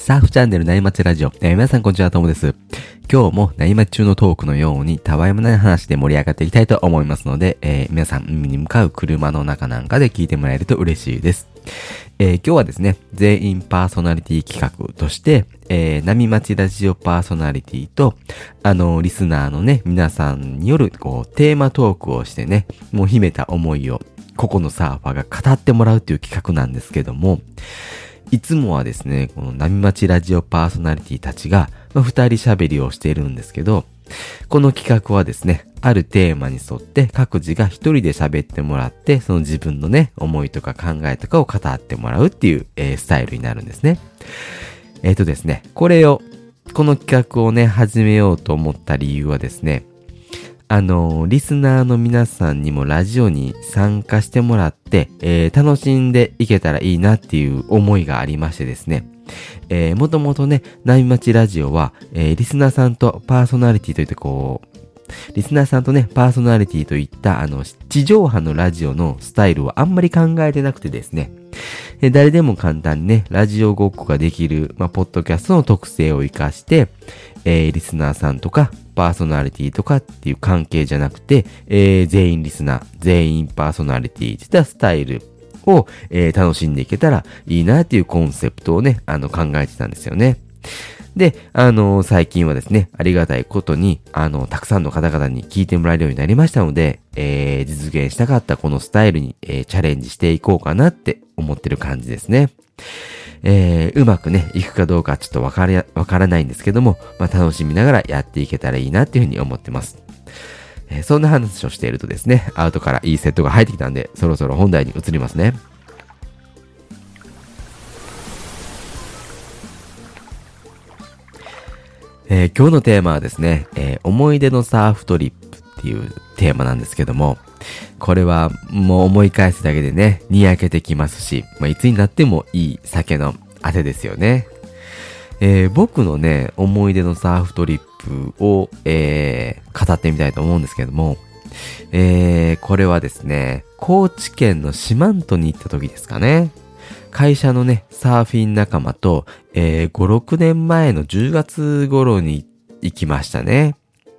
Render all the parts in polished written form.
サーフチャンネルなにまちラジオ、皆さんこんにちは、ともです。今日もなにまち中のトークのようにたわいもない話で盛り上がっていきたいと思いますので、皆さん海に向かう車の中なんかで聞いてもらえると嬉しいです。今日はですね、全員パーソナリティ企画として、なみまちラジオパーソナリティと、リスナーのね、皆さんによる、テーマトークをしてね、もう秘めた思いを、個々のサーファーが語ってもらうという企画なんですけども、いつもはですね、このなみまちラジオパーソナリティたちが、二人喋りをしているんですけど、この企画はですね、あるテーマに沿って各自が一人で喋ってもらって、その自分のね、思いとか考えとかを語ってもらうっていう、スタイルになるんですね。ですね、この企画をね、始めようと思った理由はですね、リスナーの皆さんにもラジオに参加してもらって、楽しんでいけたらいいなっていう思いがありましてですね、もともとね、なみまちラジオは、リスナーさんとパーソナリティといってリスナーさんとね、パーソナリティといった地上波のラジオのスタイルはあんまり考えてなくてですね、誰でも簡単にね、ラジオごっこができる、ポッドキャストの特性を活かして、リスナーさんとか、パーソナリティとかっていう関係じゃなくて、全員リスナー、全員パーソナリティといったスタイルを、楽しんでいけたらいいなっていうコンセプトをね、考えてたんですよね。で、最近はですね、ありがたいことに、たくさんの方々に聞いてもらえるようになりましたので、実現したかったこのスタイルに、チャレンジしていこうかなって思ってる感じですね。うまくね、いくかどうかちょっとわからないんですけども、楽しみながらやっていけたらいいなっていうふうに思ってます。そんな話をしているとですね、アウトからいいセットが入ってきたんで、そろそろ本題に移りますね。今日のテーマはですね、思い出のサーフトリップっていうテーマなんですけども、これはもう思い返すだけでね、にやけてきますし、いつになってもいい酒のあてですよね。僕のね、思い出のサーフトリップを、語ってみたいと思うんですけども、これはですね、高知県の四万十に行った時ですかね。会社のね、サーフィン仲間と、5、6年前の10月頃に行きましたね。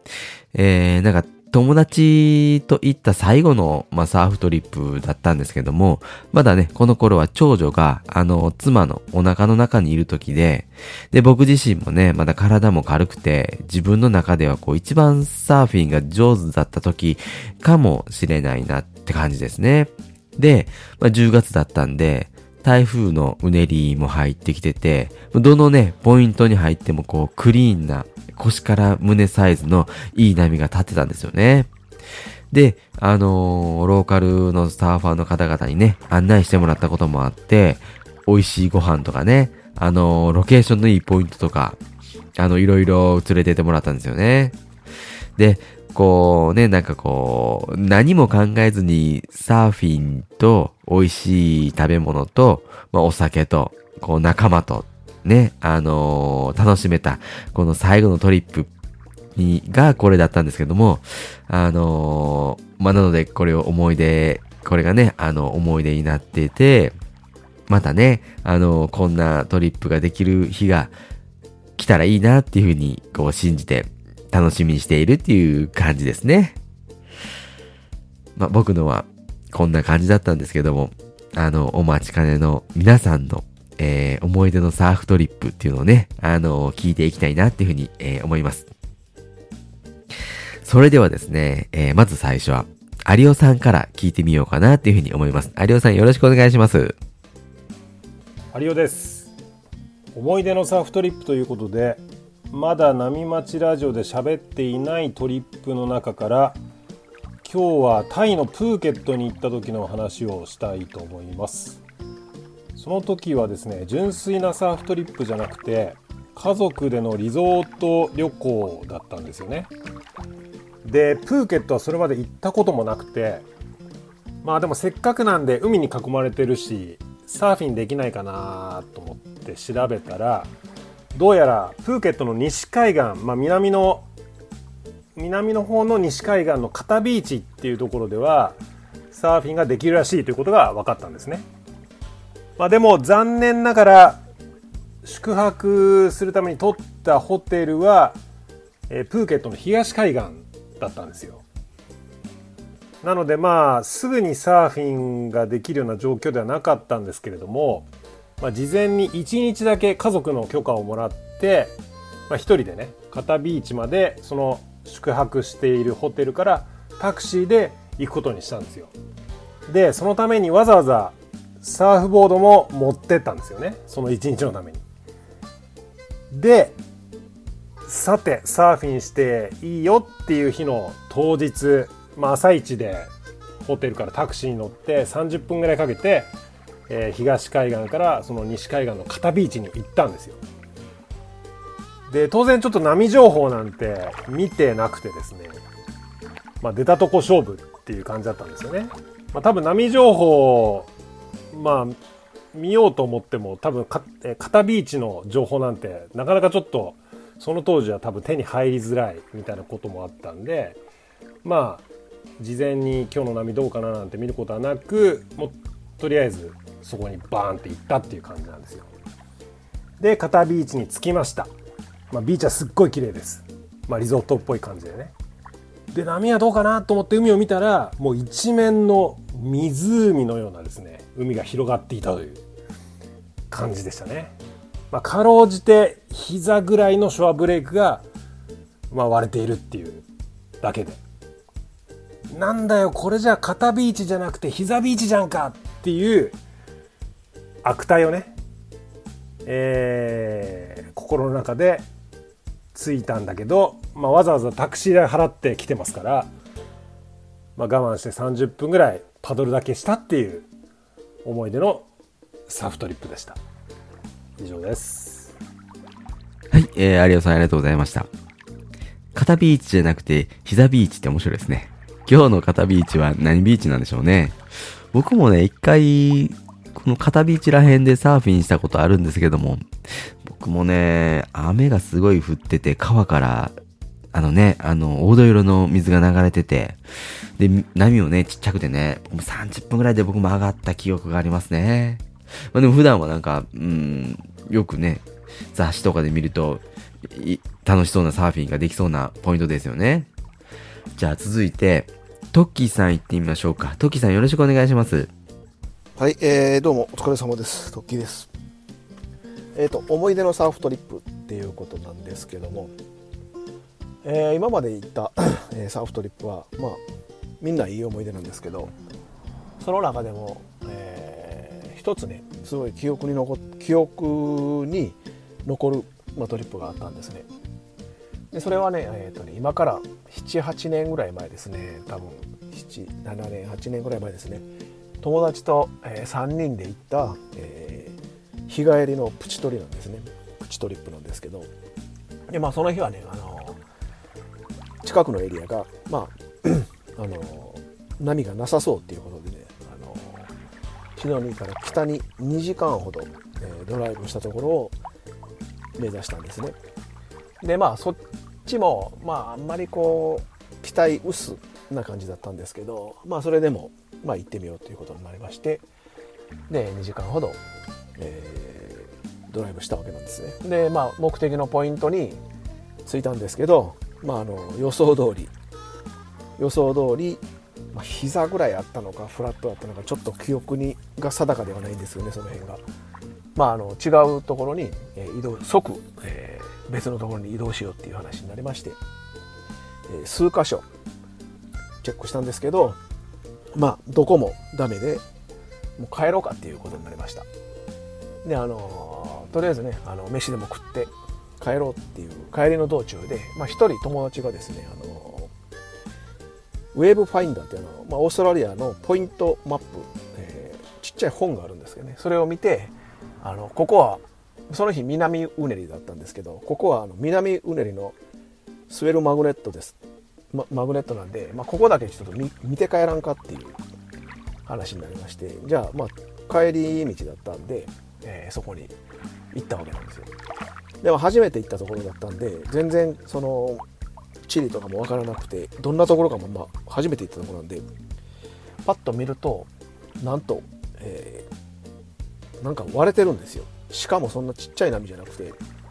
友達と行った最後の、サーフトリップだったんですけども、まだね、この頃は長女が、妻のお腹の中にいる時で、僕自身もね、まだ体も軽くて、自分の中では一番サーフィンが上手だった時かもしれないなって感じですね。で、10月だったんで、台風のうねりも入ってきてて、どのね、ポイントに入ってもクリーンな腰から胸サイズのいい波が立ってたんですよね。で、ローカルのサーファーの方々にね、案内してもらったこともあって、美味しいご飯とかね、ロケーションのいいポイントとか、いろいろ連れてってもらったんですよね。で、何も考えずにサーフィンと美味しい食べ物と、お酒と、仲間とね、楽しめた、この最後のトリップがこれだったんですけども、なのでこれがね、思い出になっていて、またね、こんなトリップができる日が来たらいいなっていうふうに、信じて、楽しみにしているっていう感じですね。僕のはこんな感じだったんですけども、お待ちかねの皆さんの、思い出のサーフトリップっていうのをね、聞いていきたいなっていうふうに、思います。それではですね、まず最初は有尾さんから聞いてみようかなっていうふうに思います。有尾さんよろしくお願いします。 有尾です。思い出のサーフトリップということで、まだなみまちラジオで喋っていないトリップの中から、今日はタイのプーケットに行った時の話をしたいと思います。その時はですね、純粋なサーフトリップじゃなくて、家族でのリゾート旅行だったんですよね。で、プーケットはそれまで行ったこともなくて、でもせっかくなんで海に囲まれてるし、サーフィンできないかなと思って調べたら、どうやらプーケットの西海岸、南の方の西海岸のカタビーチっていうところではサーフィンができるらしいということが分かったんですね。でも残念ながら宿泊するために取ったホテルは、プーケットの東海岸だったんですよ。なのですぐにサーフィンができるような状況ではなかったんですけれども、事前に1日だけ家族の許可をもらって、一人でね片ビーチまでその宿泊しているホテルからタクシーで行くことにしたんですよ。でそのためにわざわざサーフボードも持ってったんですよね、その1日のために。でさてサーフィンしていいよっていう日の当日、朝一でホテルからタクシーに乗って30分ぐらいかけて、東海岸からその西海岸の片ビーチに行ったんですよ。で当然ちょっと波情報なんて見てなくてですね、出たとこ勝負っていう感じだったんですよね。多分波情報見ようと思っても多分片ビーチの情報なんてなかなかちょっとその当時は多分手に入りづらいみたいなこともあったんで、事前に今日の波どうかななんて見ることはなく、もうとりあえずそこにバーンって行ったっていう感じなんですよ。で片ビーチに着きました。ビーチはすっごい綺麗です。リゾートっぽい感じでね。で波はどうかなと思って海を見たら、もう一面の湖のようなですね海が広がっていたという感じでしたね。かろうじて膝ぐらいのショアブレイクが、割れているっていうだけで、なんだよこれじゃ肩ビーチじゃなくて膝ビーチじゃんかっていう悪態をね、心の中でついたんだけど、わざわざタクシー代払って来てますから、我慢して30分ぐらいパドルだけしたっていう思い出のサーフトリップでした。以上です。 はい、有尾さんありがとうございました。肩ビーチじゃなくて膝ビーチって面白いですね。今日の肩ビーチは何ビーチなんでしょうね。僕もね、一回この肩ビーチら辺でサーフィンしたことあるんですけども、僕もね、雨がすごい降ってて、川から黄土色の水が流れてて、で波もねちっちゃくてね、30分ぐらいで僕も上がった記憶がありますね。でも普段はよくね雑誌とかで見ると楽しそうなサーフィンができそうなポイントですよね。じゃあ続いてトッキーさん行ってみましょうか。トッキーさんよろしくお願いします。 はい、どうもお疲れ様です。トッキーです。思い出のサーフトリップっていうことなんですけども、今まで行った、サーフトリップはみんないい思い出なんですけど、その中でも、一つねすごい記憶に残る、トリップがあったんですね。でそれはね、今から 7,8 年ぐらい前ですね。多分7年8年ぐらい前ですね。友達と、3人で行った、日帰りのプチトリなんですね。プチトリップなんですけど、でその日はね近くのエリアが波がなさそうっていうことでね、シドニーから北に2時間ほど、ドライブしたところを目指したんですね。でそっちもあんまりこう期待薄な感じだったんですけど、それでも行ってみようということになりまして、で2時間ほど、ドライブしたわけなんですね。で目的のポイントに着いたんですけど、予想通り、膝ぐらいあったのかフラットだったのかちょっと記憶が定かではないんですよね、その辺が。違うところに即、別のところに移動しようっていう話になりまして、数箇所チェックしたんですけど、どこもダメで、もう帰ろうかっていうことになりました。でとりあえずね飯でも食って帰ろうっていう帰りの道中で、一人友達がですねウェーブファインダーっていうオーストラリアのポイントマップ、ちっちゃい本があるんですけどね、それを見てここはその日南ウネリだったんですけど、ここは南ウネリのスウェルマグネットです、マグネットなんで、ここだけちょっと 見て帰らんかっていう話になりまして、じゃあ帰り道だったんで、そこに行ったわけなんですよ。でも初めて行ったところだったんで、全然その地理とかも分からなくて、どんなところかも初めて行ったところなんで、パッと見るとなんと、なんか割れてるんですよ、 しかもそんなちっちゃい波じゃなくて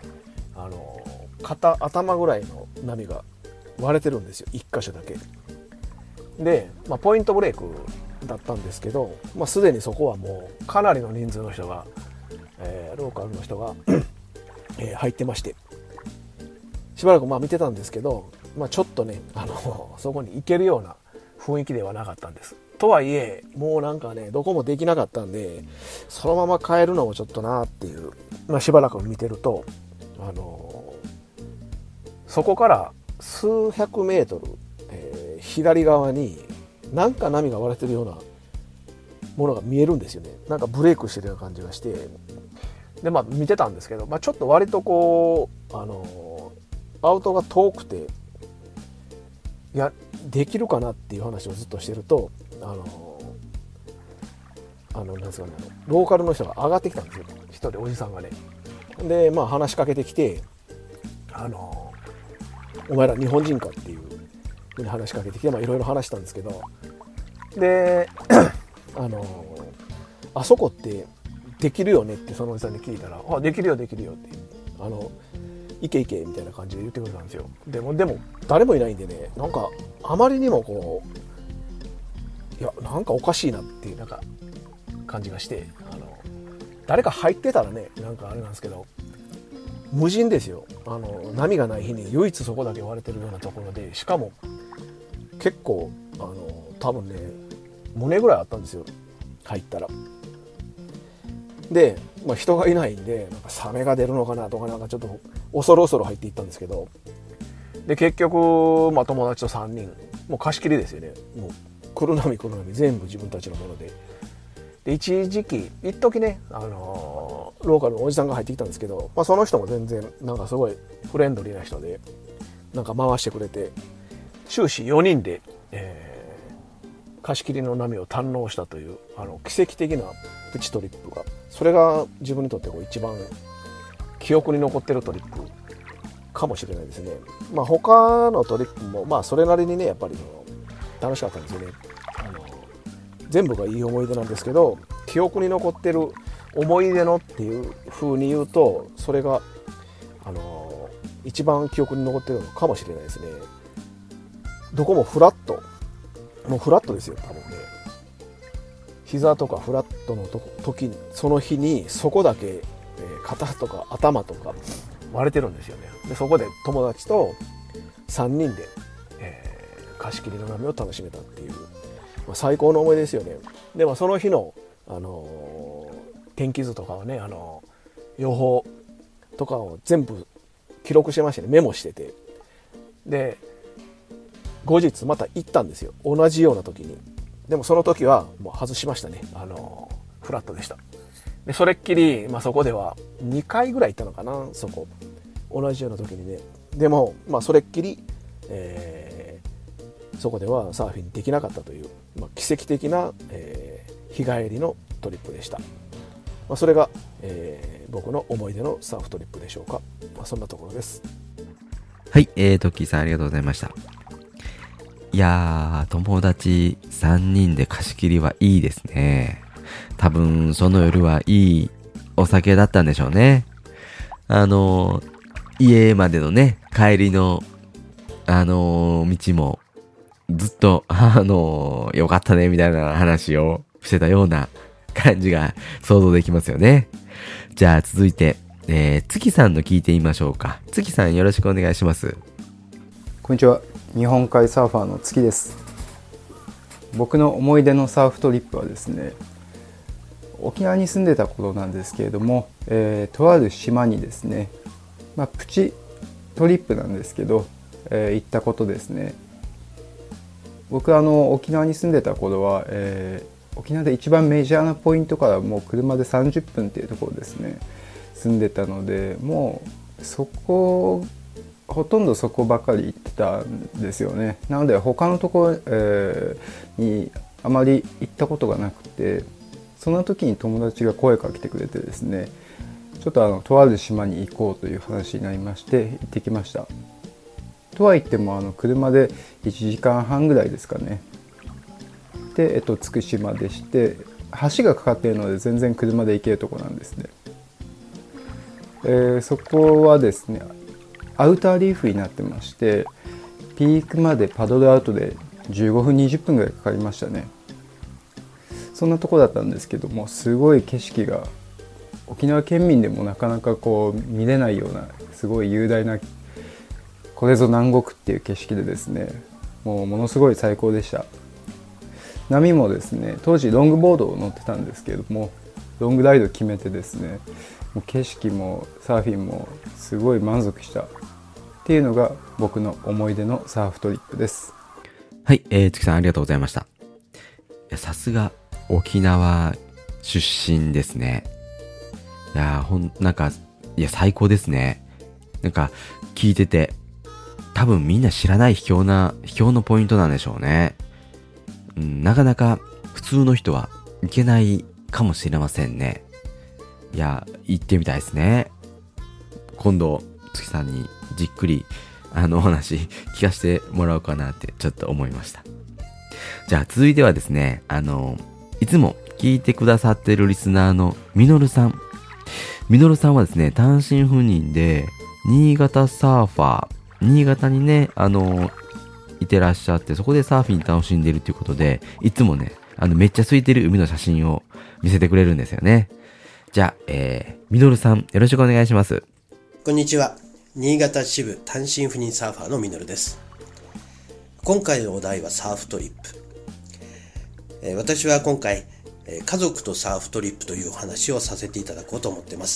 頭ぐらいの波が割れてるんですよ、1箇所だけで、ポイントブレイクだったんですけど、すでにそこはもうかなりの人数の人が、ローカルの人が入ってまして、しばらく見てたんですけど、ちょっとねそこに行けるような雰囲気ではなかったんです。とはいえもうなんかねどこもできなかったんで、そのまま帰るのもちょっとなっていう、しばらく見てるとそこから数百メートル、左側になんか波が割れてるようなものが見えるんですよね。なんかブレイクしてるような感じがして、で見てたんですけど、ちょっと割とこうアウトが遠くて、いやできるかなっていう話をずっとしてるとなんですかね、ローカルの人が上がってきたんですよ、一人おじさんがね。で話しかけてきてお前ら日本人かっていうふうに話しかけてきて、いろいろ話したんですけど、であそこってできるよねってそのおじさんに聞いたら、できるよできるよって行け行けみたいな感じで言ってくれたんですよ。でも誰もいないんでね、なんかあまりにもこう、いやなんかおかしいなっていうなんか感じがして、誰か入ってたらねなんかあれなんですけど、無人ですよ。波がない日に唯一そこだけ割れてるようなところで、しかも結構多分ね胸ぐらいあったんですよ、入ったら。で、人がいないんでなんかサメが出るのかなとか、なんかちょっと恐る恐る入っていったんですけど、で結局、友達と3人もう貸し切りですよね。もう来る波全部自分たちのもので。で一時ねローカルのおじさんが入ってきたんですけど、その人も全然なんかすごいフレンドリーな人で、なんか回してくれて、終始4人で、貸し切りの波を堪能したという奇跡的なプチトリップが、それが自分にとって一番記憶に残ってるトリップかもしれないですね。他のトリップもそれなりにねやっぱり楽しかったんですよね。全部がいい思い出なんですけど、記憶に残ってる思い出のっていう風に言うと、それが一番記憶に残ってるのかもしれないですね。どこもフラット、もうフラットですよ多分ね。膝とかフラットの時に、その日にそこだけ、肩とか頭とか割れてるんですよね。でそこで友達と3人で、貸し切りの波を楽しめたっていう、最高の思い出ですよね。でその日の、天気図とかはね予報とかを全部記録してましてね、メモしてて、で後日また行ったんですよ、同じような時に。でもその時はもう外しましたね。フラットでした。でそれっきり、そこでは2回ぐらい行ったのかな、そこ同じような時にね。でもそれっきり、そこではサーフィンできなかったという、奇跡的な、日帰りのトリップでした。それが、僕の思い出のサーフトリップでしょうか。そんなところです。 はい、トッキーさんありがとうございました。いやー、友達3人で貸し切りはいいですね。多分その夜はいいお酒だったんでしょうね。家までのね帰りの道もずっとよかったねみたいな話をしてたような感じが想像できますよね。じゃあ続いて、月さんの聞いてみましょうか。月さんよろしくお願いします。 こんにちは、日本海サーファーの月です。僕の思い出のサーフトリップはですね、沖縄に住んでた頃なんですけれども、とある島にですね、プチトリップなんですけど、行ったことですね。僕沖縄に住んでた頃は、沖縄で一番メジャーなポイントからもう車で30分っていうところですね住んでたので、もうそこほとんどそこばかり行ってたんですよね。なので他のところ、にあまり行ったことがなくて、その時に友達が声かけてくれてですね、ちょっととある島に行こうという話になりまして行ってきました。とは言っても車で1時間半ぐらいですかね。で、着く島でして、橋がかかっているので全然車で行けるとこなんですね。 そこはですねアウターリーフになってまして、ピークまでパドルアウトで15分20分ぐらいかかりましたね。そんなとこだったんですけども、すごい景色が沖縄県民でもなかなかこう見れないようなすごい雄大な、これぞ南国っていう景色でですね、もうものすごい最高でした。波もですね、当時ロングボードを乗ってたんですけれども、ロングライド決めてですね、もう景色もサーフィンもすごい満足したっていうのが僕の思い出のサーフトリップです。 はい、月さんありがとうございました。さすが沖縄出身ですね。いやなんか最高ですね。なんか聞いてて多分みんな知らない秘境のポイントなんでしょうね。なかなか普通の人は行けないかもしれませんね。いや、行ってみたいですね。今度月さんにじっくりお話聞かせてもらおうかなってちょっと思いました。じゃあ続いてはですね、いつも聞いてくださってるリスナーのみのるさん。みのるさんはですね、単身赴任で新潟サーファー、新潟にね、いてらっしゃって、そこでサーフィン楽しんでるということで、いつもね、めっちゃ空いてる海の写真を見せてくれるんですよね。じゃあ、みのるさん、よろしくお願いします。 こんにちは。新潟支部単身赴任サーファーのみのるです。今回のお題はサーフトリップ。私は今回、家族とサーフトリップというお話をさせていただこうと思っています。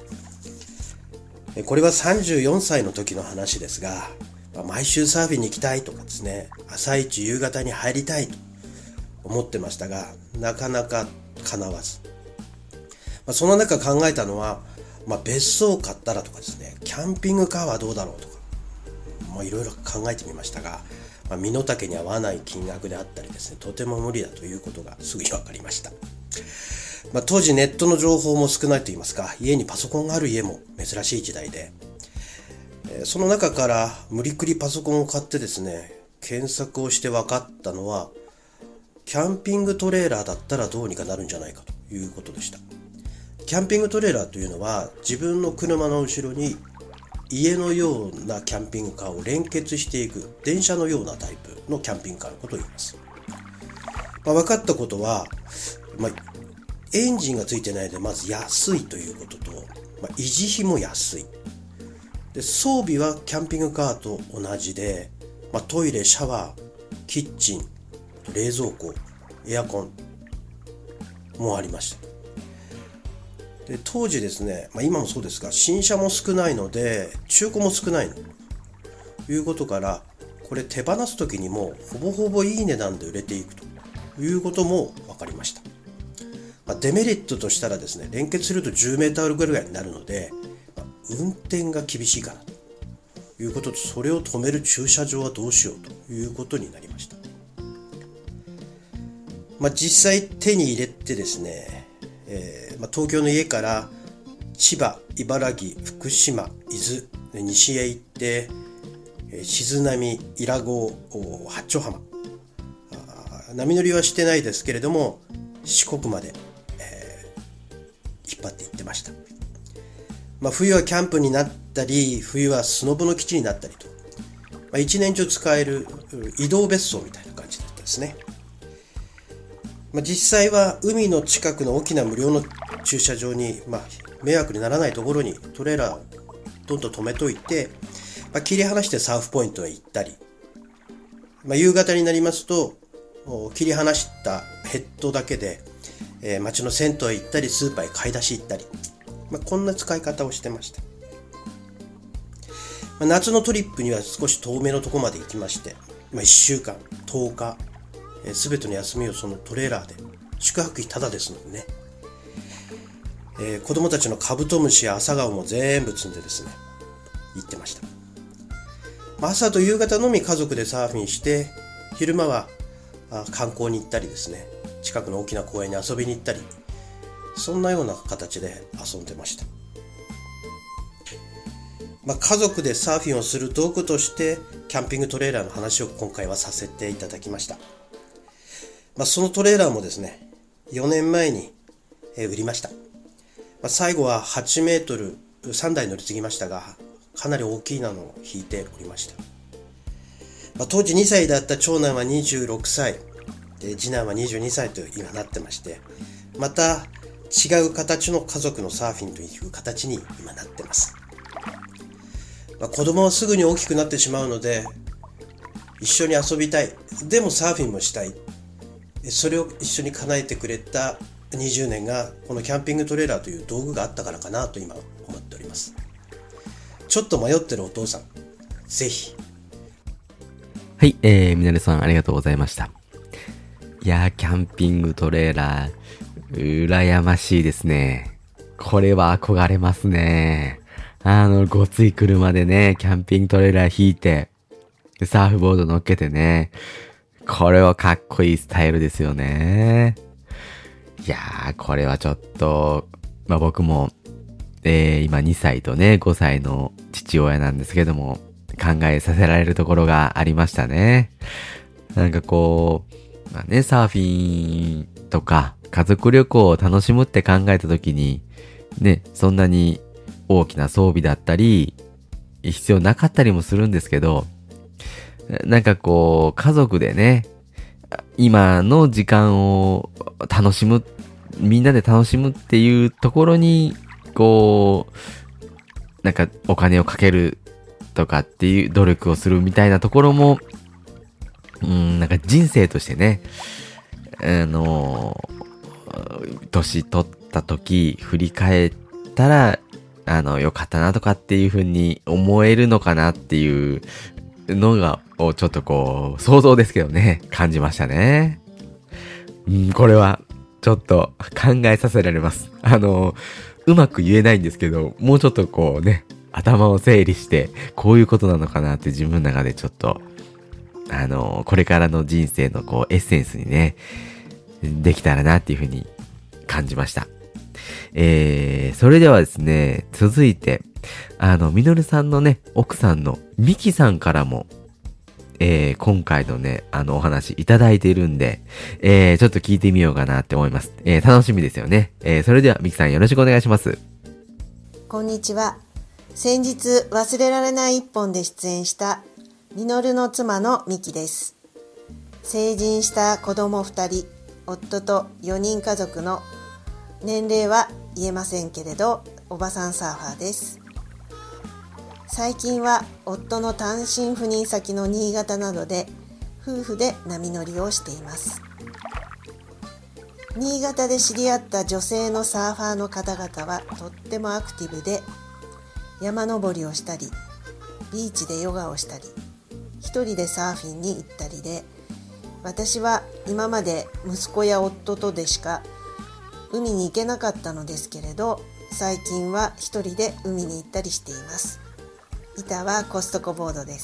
これは34歳の時の話ですが、毎週サーフィンに行きたいとかですね、朝一夕方に入りたいと思ってましたが、なかなか叶わず。その中考えたのは、別荘を買ったらとかですね、キャンピングカーはどうだろうとか、いろいろ考えてみましたが、身の丈に合わない金額であったりですね、とても無理だということがすぐに分かりました。当時ネットの情報も少ないと言いますか、家にパソコンがある家も珍しい時代で、その中から無理くりパソコンを買ってですね、検索をして分かったのは、キャンピングトレーラーだったらどうにかなるんじゃないかということでした。キャンピングトレーラーというのは、自分の車の後ろに家のようなキャンピングカーを連結していく電車のようなタイプのキャンピングカーのことを言います。分かったことは、エンジンがついてないのでまず安いということと、維持費も安いで、装備はキャンピングカーと同じで、トイレ、シャワー、キッチン、冷蔵庫、エアコンもありました。で、当時ですね、今もそうですが、新車も少ないので中古も少ないということから、これ手放す時にもほぼほぼいい値段で売れていくということも分かりました。デメリットとしたらですね、連結すると10メーターぐらいになるので、運転が厳しいかなということと、それを止める駐車場はどうしようということになりました。実際手に入れてですね、東京の家から千葉、茨城、福島、伊豆、西へ行って、静波、伊良湖、八丁浜、波乗りはしてないですけれども、四国まで、引っ張って行ってました。冬はキャンプになったり、冬はスノボの基地になったりと、一年中使える移動別荘みたいな感じだったですね。実際は海の近くの大きな無料の駐車場に、迷惑にならないところにトレーラーどんどん止めといて、切り離してサーフポイントへ行ったり、夕方になりますと切り離したヘッドだけで、町の銭湯へ行ったり、スーパーへ買い出し行ったり、こんな使い方をしてました。夏のトリップには少し遠めのところまで行きまして、1週間10日全ての休みをそのトレーラーで、宿泊費タダですのでね、子供たちのカブトムシや朝顔も全部積んでですね、行ってました。朝と夕方のみ家族でサーフィンして、昼間は観光に行ったりですね、近くの大きな公園に遊びに行ったり、そんなような形で遊んでました。家族でサーフィンをする道具としてキャンピングトレーラーの話を今回はさせていただきました。そのトレーラーもですね、4年前に売りました。最後は8メートル 3台乗り継ぎましたが、かなり大きいのを引いておりました。当時2歳だった長男は26歳で、次男は22歳と今なってまして、また違う形の家族のサーフィンという形に今なってます。子供はすぐに大きくなってしまうので、一緒に遊びたい、でもサーフィンもしたい、それを一緒に叶えてくれた20年がこのキャンピングトレーラーという道具があったからかなと今思っております。ちょっと迷ってるお父さん、ぜひ。 はい、みなるさんありがとうございました。いやー、キャンピングトレーラー、羨ましいですね。これは憧れますね。ごつい車でね、キャンピングトレーラー引いて、サーフボード乗っけてね。これはかっこいいスタイルですよね。いやー、これはちょっと、僕も、今2歳とね、5歳の父親なんですけども、考えさせられるところがありましたね。なんかこう、サーフィンとか家族旅行を楽しむって考えたときに、ね、そんなに大きな装備だったり、必要なかったりもするんですけど、なんかこう、家族でね、今の時間を楽しむ、みんなで楽しむっていうところに、こう、なんかお金をかけるとかっていう努力をするみたいなところも、なんか人生としてね、年取った時振り返ったら、良かったなとかっていう風に思えるのかなっていうのが、ちょっとこう、想像ですけどね、感じましたね。これは、ちょっと考えさせられます。うまく言えないんですけど、もうちょっとこうね、頭を整理して、こういうことなのかなって自分の中でちょっと、これからの人生のこう、エッセンスにね、できたらなっていうふうに感じました。それではですね、続いて、みのるさんのね、奥さんのみきさんからも、今回のね、お話いただいているんで、ちょっと聞いてみようかなって思います。楽しみですよね。それではみきさんよろしくお願いします。 こんにちは。先日忘れられない一本で出演したみのるの妻のみきです。成人した子供2人、夫と4人家族の年齢は言えませんけれど、おばさんサーファーです。最近は夫の単身赴任先の新潟などで夫婦で波乗りをしています。新潟で知り合った女性のサーファーの方々はとってもアクティブで、山登りをしたり、ビーチでヨガをしたり、一人でサーフィンに行ったりで、私は今まで息子や夫とでしか海に行けなかったのですけれど、最近は一人で海に行ったりしています。板はコストコボードです。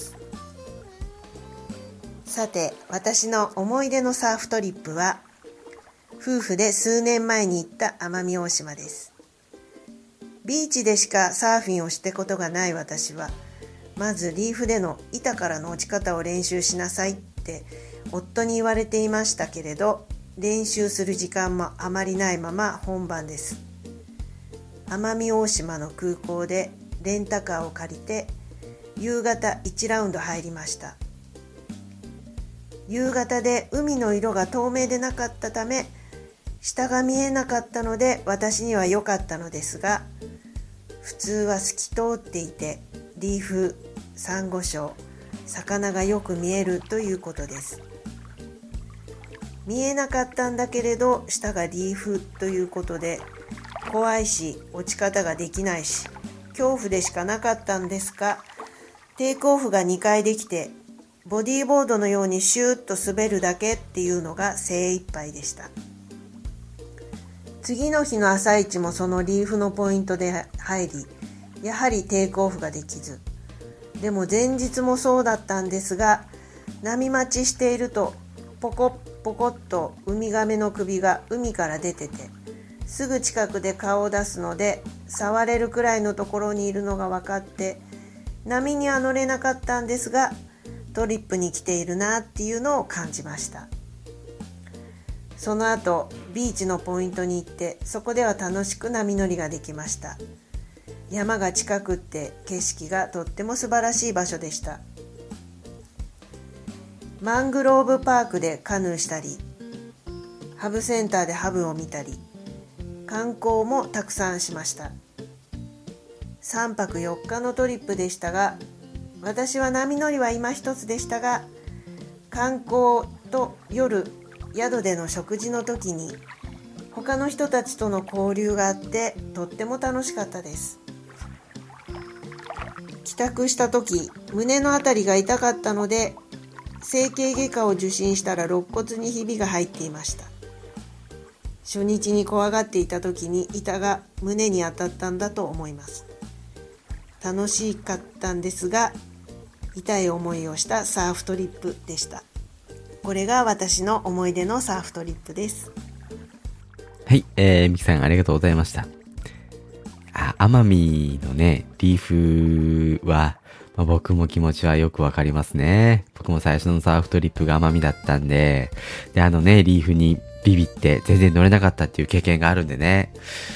さて、私の思い出のサーフトリップは、夫婦で数年前に行った奄美大島です。ビーチでしかサーフィンをしたことがない私は、まずリーフでの板からの落ち方を練習しなさいって夫に言われていましたけれど、練習する時間もあまりないまま本番です。奄美大島の空港でレンタカーを借りて夕方1ラウンド入りました。夕方で海の色が透明でなかったため下が見えなかったので私には良かったのですが、普通は透き通っていてリーフ、サンゴ礁、魚がよく見えるということです。見えなかったんだけれど下がリーフということで怖いし落ち方ができないし恐怖でしかなかったんですが、テイクオフが2回できてボディーボードのようにシューッと滑るだけっていうのが精一杯でした。次の日の朝一もそのリーフのポイントで入り、やはりテイクオフができず、でも前日もそうだったんですが、波待ちしているとポコッポコッとウミガメの首が海から出てて、すぐ近くで顔を出すので触れるくらいのところにいるのが分かって、波には乗れなかったんですがトリップに来ているなっていうのを感じました。その後ビーチのポイントに行って、そこでは楽しく波乗りができました。 山が近くって景色がとっても素晴らしい場所でした。マングローブパークでカヌーしたり、ハブセンターでハブを見たり、観光もたくさんしました。3泊4日のトリップでしたが、私は波乗りは今一つでしたが、観光と夜宿での食事の時に他の人たちとの交流があってとっても楽しかったです。帰宅した時、胸のあたりが痛かったので整形外科を受診したら肋骨にひびが入っていました。初日に怖がっていた時に板が胸に当たったんだと思います。楽しかったんですが、痛い思いをしたサーフトリップでした。これが私の思い出のサーフトリップです。 はい、ミキさんありがとうございました。奄美のね、リーフは、僕も気持ちはよくわかりますね。僕も最初のサーフトリップが奄美だったんで、リーフにビビって全然乗れなかったっていう経験があるんでね。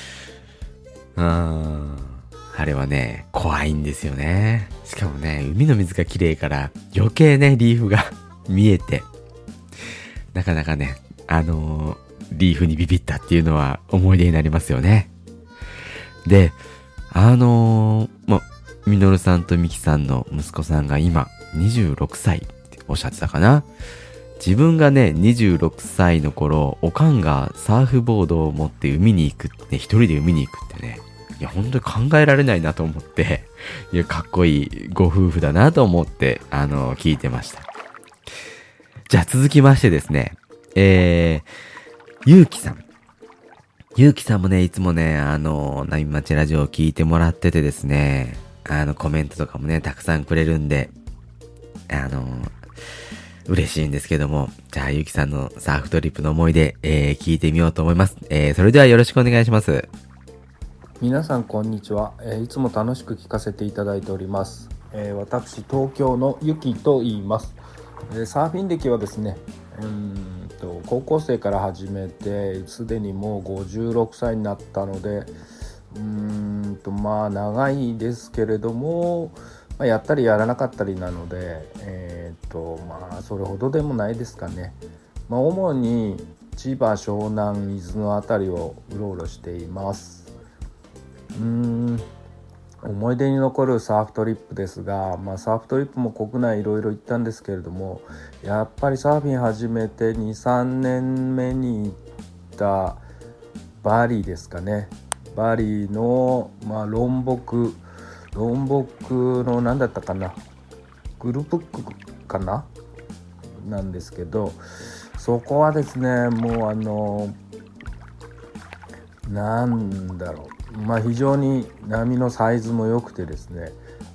あれはね、怖いんですよね。しかもね、海の水が綺麗から余計ね、リーフが見えて、なかなかね、リーフにビビったっていうのは思い出になりますよね。で、ミノルさんとミキさんの息子さんが今26歳っておっしゃってたかな。自分がね、26歳の頃、おかんがサーフボードを持って海に行くって、一人で海に行くってね、いや、本当に考えられないなと思って、いや、かっこいいご夫婦だなと思って、聞いてました。じゃあ続きましてですね、ゆうきさん。ゆうきさんもね、いつもね、波町ラジオを聞いてもらっててですね、コメントとかもね、たくさんくれるんで、嬉しいんですけども、じゃあゆうきさんのサーフトリップの思い出、聞いてみようと思います。それではよろしくお願いします。 皆さんこんにちは、いつも楽しく聞かせていただいております。私東京のゆきと言います。サーフィン歴はですね、高校生から始めてすでにもう56歳になったので、長いですけれども、やったりやらなかったりなので、それほどでもないですかね。主に千葉、湘南、伊豆のあたりをうろうろしています。思い出に残るサーフトリップですが、サーフトリップも国内いろいろ行ったんですけれども、やっぱりサーフィン始めて 2,3 年目に行ったバリですかね。バリの、ロンボクの何だったかな、グルプックかななんですけど、そこはですね、もうなんだろう、非常に波のサイズも良くてですね、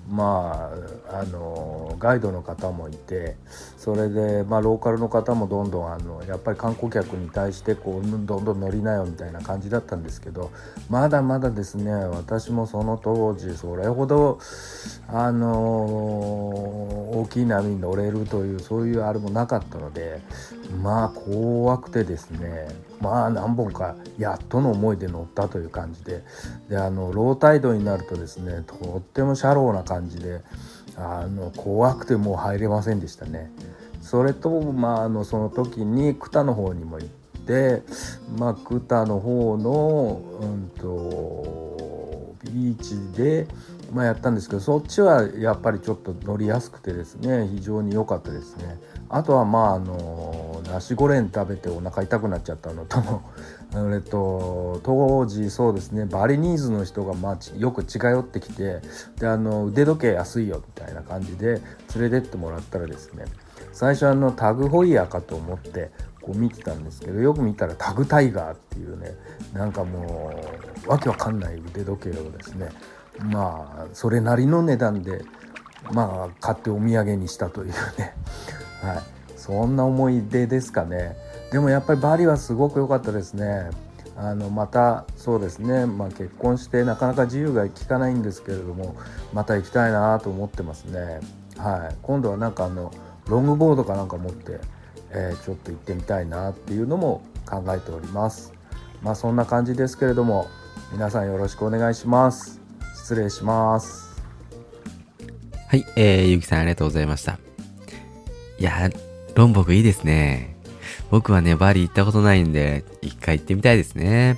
ガイドの方もいて、それで、ローカルの方もどんどんやっぱり観光客に対してどんどん乗りなよみたいな感じだったんですけど、まだまだですね、私もその当時それほど大きい波に乗れるというそういうあれもなかったので、怖くてですね、何本かやっとの思いで乗ったという感じで、ロータイドになるとですね、とってもシャローな感じで怖くてもう入れませんでしたね。それとその時にクタの方にも行って、クタの方のビーチでやったんですけど、そっちはやっぱりちょっと乗りやすくてですね、非常に良かったですね。あとはナシゴレン食べてお腹痛くなっちゃったのと当時そうですね、バリニーズの人がよく近寄ってきて、で腕時計安いよみたいな感じで連れてってもらったらですね、最初タグホイヤーかと思って見てたんですけど、よく見たらタグタイガーっていうね、なんかもうわけわかんない腕時計をですね、それなりの値段で買ってお土産にしたというねはい、そんな思い出ですかね。でもやっぱりバリはすごく良かったですね。またそうですね、結婚してなかなか自由が利かないんですけれども、また行きたいなと思ってますね。はい、今度はなんかロングボードかなんか持って、ちょっと行ってみたいなっていうのも考えております。そんな感じですけれども、皆さんよろしくお願いします。 失礼します。 はい、ゆうきさんありがとうございました。いや、ロンボクいいですね。僕はね、バリ行ったことないんで、一回行ってみたいですね。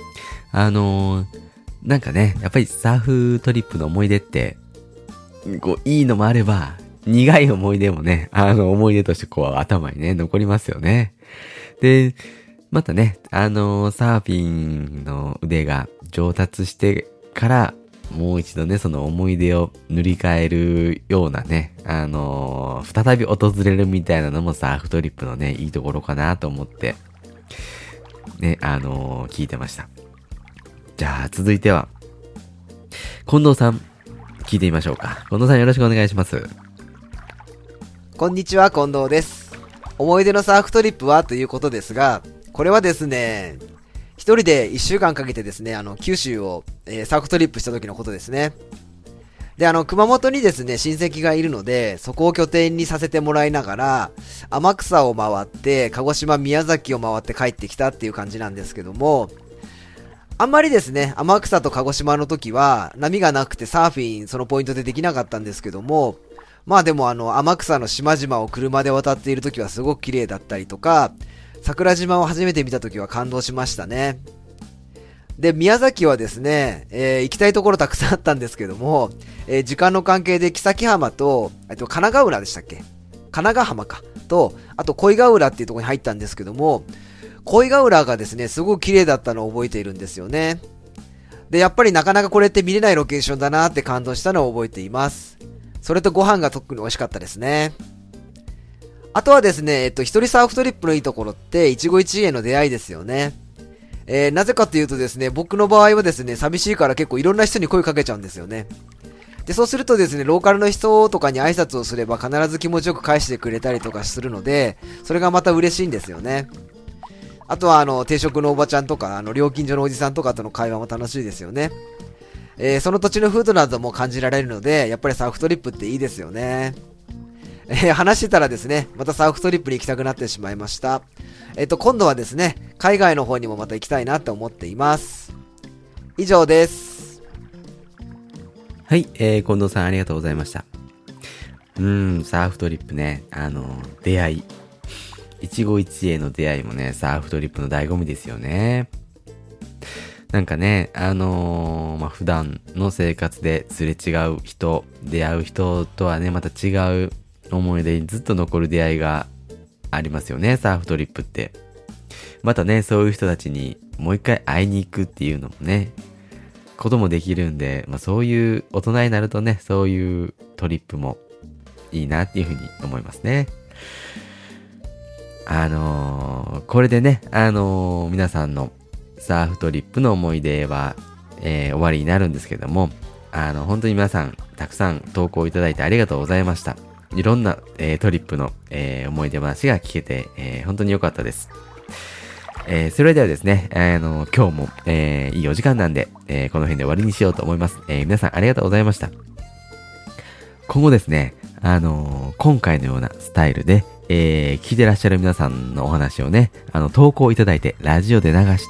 なんかね、やっぱりサーフトリップの思い出って、こう、いいのもあれば、苦い思い出もね、思い出としてこう、頭にね、残りますよね。で、またね、サーフィンの腕が上達してから、もう一度ね、その思い出を塗り替えるようなね、再び訪れるみたいなのもサーフトリップのね、いいところかなと思って、ね、聞いてました。じゃあ、続いては、近藤さん、聞いてみましょうか。近藤さんよろしくお願いします。 こんにちは、近藤です。思い出のサーフトリップはということですが、これはですね、一人で1週間かけてですね、九州を、サーフトリップした時のことですね。で、熊本にですね、親戚がいるので、そこを拠点にさせてもらいながら、天草を回って、鹿児島、宮崎を回って帰ってきたっていう感じなんですけども、あんまりですね、天草と鹿児島の時は、波がなくてサーフィンそのポイントでできなかったんですけども、まあでも天草の島々を車で渡っている時はすごく綺麗だったりとか、桜島を初めて見た時は感動しましたね。で、宮崎はですね、行きたいところたくさんあったんですけども、時間の関係で木崎浜と、神奈川浦でしたっけ？神奈川浜か。と、あと小井川浦っていうところに入ったんですけども、小井川浦がですね、すごく綺麗だったのを覚えているんですよね。で、やっぱりなかなかこれって見れないロケーションだなって感動したのを覚えています。それとご飯が特に美味しかったですね。あとはですね、一人サーフトリップのいいところって、一期一会の出会いですよね。なぜかというとですね、僕の場合はですね、寂しいから結構いろんな人に声かけちゃうんですよね。で、そうするとですね、ローカルの人とかに挨拶をすれば必ず気持ちよく返してくれたりとかするので、それがまた嬉しいんですよね。あとは定食のおばちゃんとか、料金所のおじさんとかとの会話も楽しいですよね。その土地の風土なども感じられるので、やっぱりサーフトリップっていいですよね。話してたらですね、またサーフトリップに行きたくなってしまいました。今度はですね、海外の方にもまた行きたいなって思っています。以上です。 はい、近藤さんありがとうございました。サーフトリップね、出会い。一期一会の出会いもね、サーフトリップの醍醐味ですよね。なんかね、普段の生活ですれ違う人、出会う人とはね、また違う思い出にずっと残る出会いがありますよね、サーフトリップって。またね、そういう人たちにもう一回会いに行くっていうのもね、こともできるんで、そういう大人になるとね、そういうトリップもいいなっていうふうに思いますね。これでね、皆さんのサーフトリップの思い出は、終わりになるんですけども、本当に皆さんたくさん投稿いただいてありがとうございました。いろんな、トリップの、思い出話が聞けて、本当に良かったです。それではですね、今日も、いいお時間なんで、この辺で終わりにしようと思います。皆さんありがとうございました。今後ですね、今回のようなスタイルで、聞いてらっしゃる皆さんのお話をね、投稿いただいて、ラジオで流して、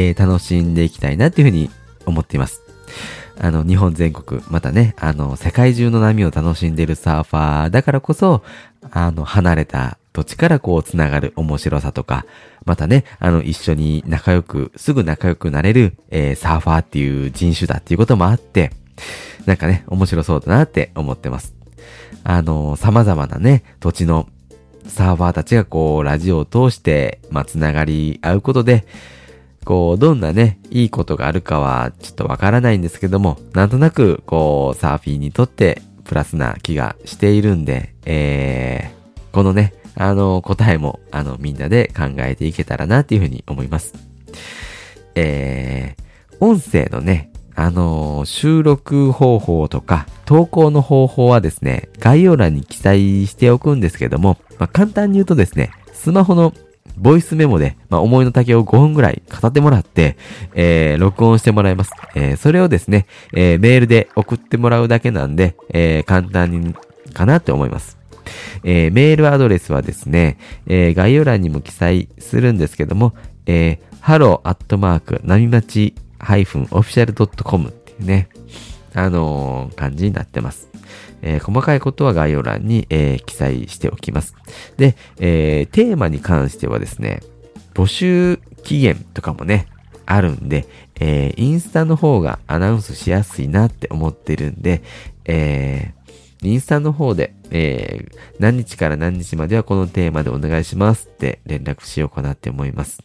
楽しんでいきたいなっていうふうに思っています。日本全国、またね、世界中の波を楽しんでいるサーファーだからこそ、離れた土地からこうつながる面白さとか、またね、一緒にすぐ仲良くなれる、サーファーっていう人種だっていうこともあって、なんかね、面白そうだなって思ってます。様々なね、土地のサーファーたちがこう、ラジオを通して、つながり合うことで、こう、どんなね、いいことがあるかはちょっとわからないんですけども、なんとなく、こう、サーフィンにとってプラスな気がしているんで、このね、答えも、みんなで考えていけたらなっていうふうに思います。音声のね、収録方法とか投稿の方法はですね、概要欄に記載しておくんですけども、簡単に言うとですね、スマホのボイスメモで、思いの丈を5分ぐらい語ってもらって、録音してもらいます。それをですね、メールで送ってもらうだけなんで、簡単にかなって思います。メールアドレスはですね、概要欄にも記載するんですけども、hello@ なみまち-official.com っていうね、 感じになってます。細かいことは概要欄に、記載しておきます。で、テーマに関してはですね、募集期限とかもね、あるんで、インスタの方がアナウンスしやすいなって思ってるんで、インスタの方で、何日から何日まではこのテーマでお願いしますって連絡しようかなって思います。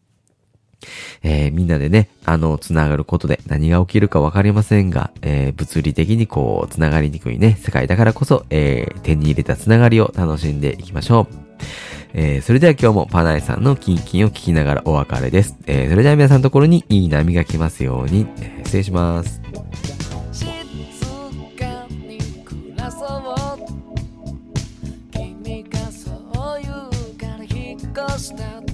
みんなでね、つながることで何が起きるかわかりませんが、物理的にこう、つながりにくいね、世界だからこそ、手に入れたつながりを楽しんでいきましょう。それでは今日もパナイさんのキンキンを聞きながらお別れです。それでは皆さんのところにいい波が来ますように、失礼します。 静かに暮らそう君がそう言うから引っ越した